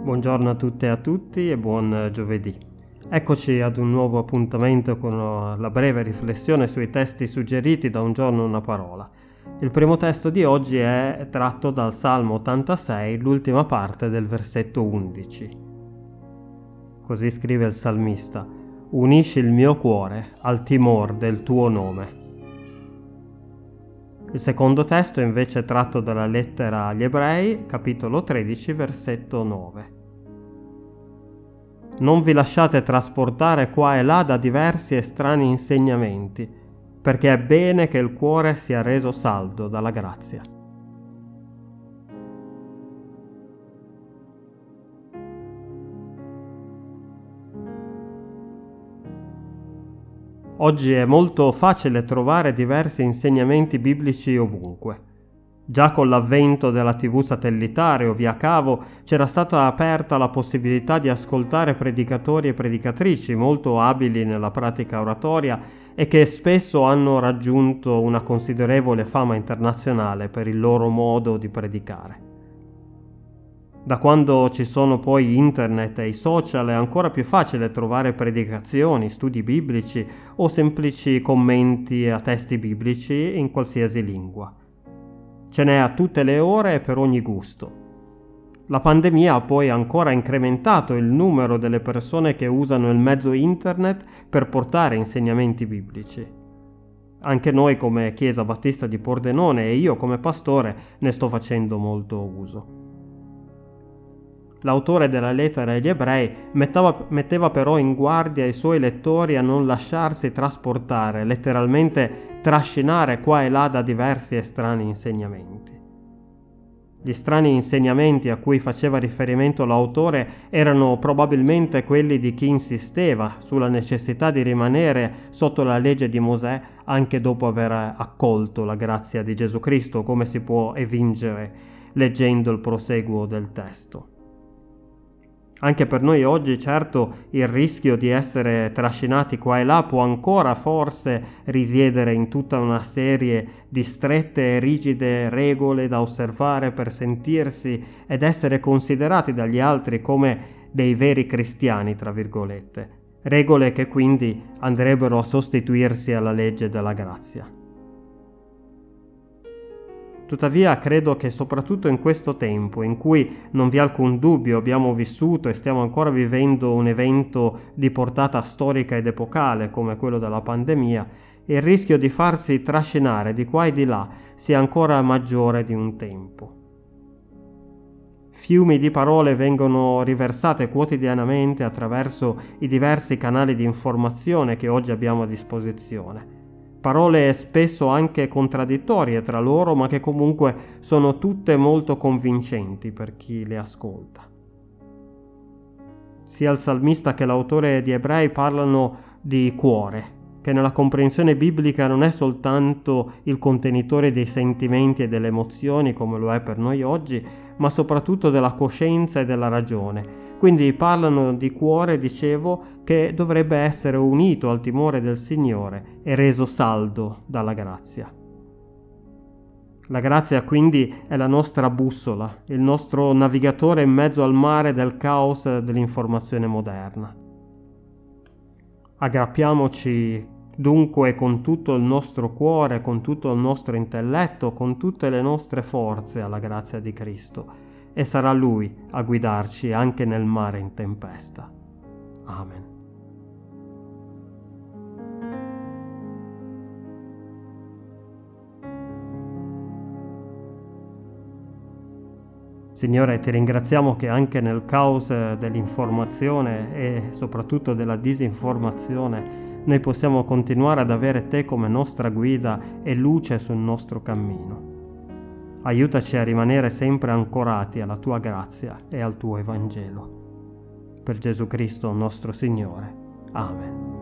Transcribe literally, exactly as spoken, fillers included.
Buongiorno a tutte e a tutti e buon giovedì. Eccoci ad un nuovo appuntamento con la breve riflessione sui testi suggeriti da Un giorno una parola. Il primo testo di oggi è tratto dal Salmo ottantasei, l'ultima parte del versetto undici. Così scrive il salmista: unisci il mio cuore al timor del tuo nome. Il secondo testo invece è tratto dalla lettera agli Ebrei, capitolo tredici, versetto nove. Non vi lasciate trasportare qua e là da diversi e strani insegnamenti, perché è bene che il cuore sia reso saldo dalla grazia. Oggi è molto facile trovare diversi insegnamenti biblici ovunque. Già con l'avvento della tivù satellitare o via cavo c'era stata aperta la possibilità di ascoltare predicatori e predicatrici molto abili nella pratica oratoria e che spesso hanno raggiunto una considerevole fama internazionale per il loro modo di predicare. Da quando ci sono poi internet e i social è ancora più facile trovare predicazioni, studi biblici o semplici commenti a testi biblici in qualsiasi lingua. Ce n'è a tutte le ore e per ogni gusto. La pandemia ha poi ancora incrementato il numero delle persone che usano il mezzo internet per portare insegnamenti biblici. Anche noi come Chiesa Battista di Pordenone e io come pastore ne sto facendo molto uso. L'autore della lettera agli Ebrei metteva, metteva però in guardia i suoi lettori a non lasciarsi trasportare, letteralmente trascinare qua e là da diversi e strani insegnamenti. Gli strani insegnamenti a cui faceva riferimento l'autore erano probabilmente quelli di chi insisteva sulla necessità di rimanere sotto la legge di Mosè anche dopo aver accolto la grazia di Gesù Cristo, come si può evincere leggendo il proseguo del testo. Anche per noi oggi, certo, il rischio di essere trascinati qua e là può ancora forse risiedere in tutta una serie di strette e rigide regole da osservare per sentirsi ed essere considerati dagli altri come dei veri cristiani, tra virgolette, regole che quindi andrebbero a sostituirsi alla legge della grazia. Tuttavia credo che soprattutto in questo tempo, in cui non vi è alcun dubbio abbiamo vissuto e stiamo ancora vivendo un evento di portata storica ed epocale come quello della pandemia, il rischio di farsi trascinare di qua e di là sia ancora maggiore di un tempo. Fiumi di parole vengono riversate quotidianamente attraverso i diversi canali di informazione che oggi abbiamo a disposizione. Parole spesso anche contraddittorie tra loro, ma che comunque sono tutte molto convincenti per chi le ascolta. Sia il salmista che l'autore di Ebrei parlano di cuore, che nella comprensione biblica non è soltanto il contenitore dei sentimenti e delle emozioni come lo è per noi oggi, ma soprattutto della coscienza e della ragione. Quindi parlano di cuore, dicevo, che dovrebbe essere unito al timore del Signore e reso saldo dalla grazia. La grazia quindi è la nostra bussola, il nostro navigatore in mezzo al mare del caos dell'informazione moderna. Aggrappiamoci dunque con tutto il nostro cuore, con tutto il nostro intelletto, con tutte le nostre forze alla grazia di Cristo, e sarà Lui a guidarci anche nel mare in tempesta. Amen. Signore, ti ringraziamo che anche nel caos dell'informazione e soprattutto della disinformazione noi possiamo continuare ad avere Te come nostra guida e luce sul nostro cammino. Aiutaci a rimanere sempre ancorati alla Tua grazia e al Tuo Evangelo. Per Gesù Cristo nostro Signore. Amen.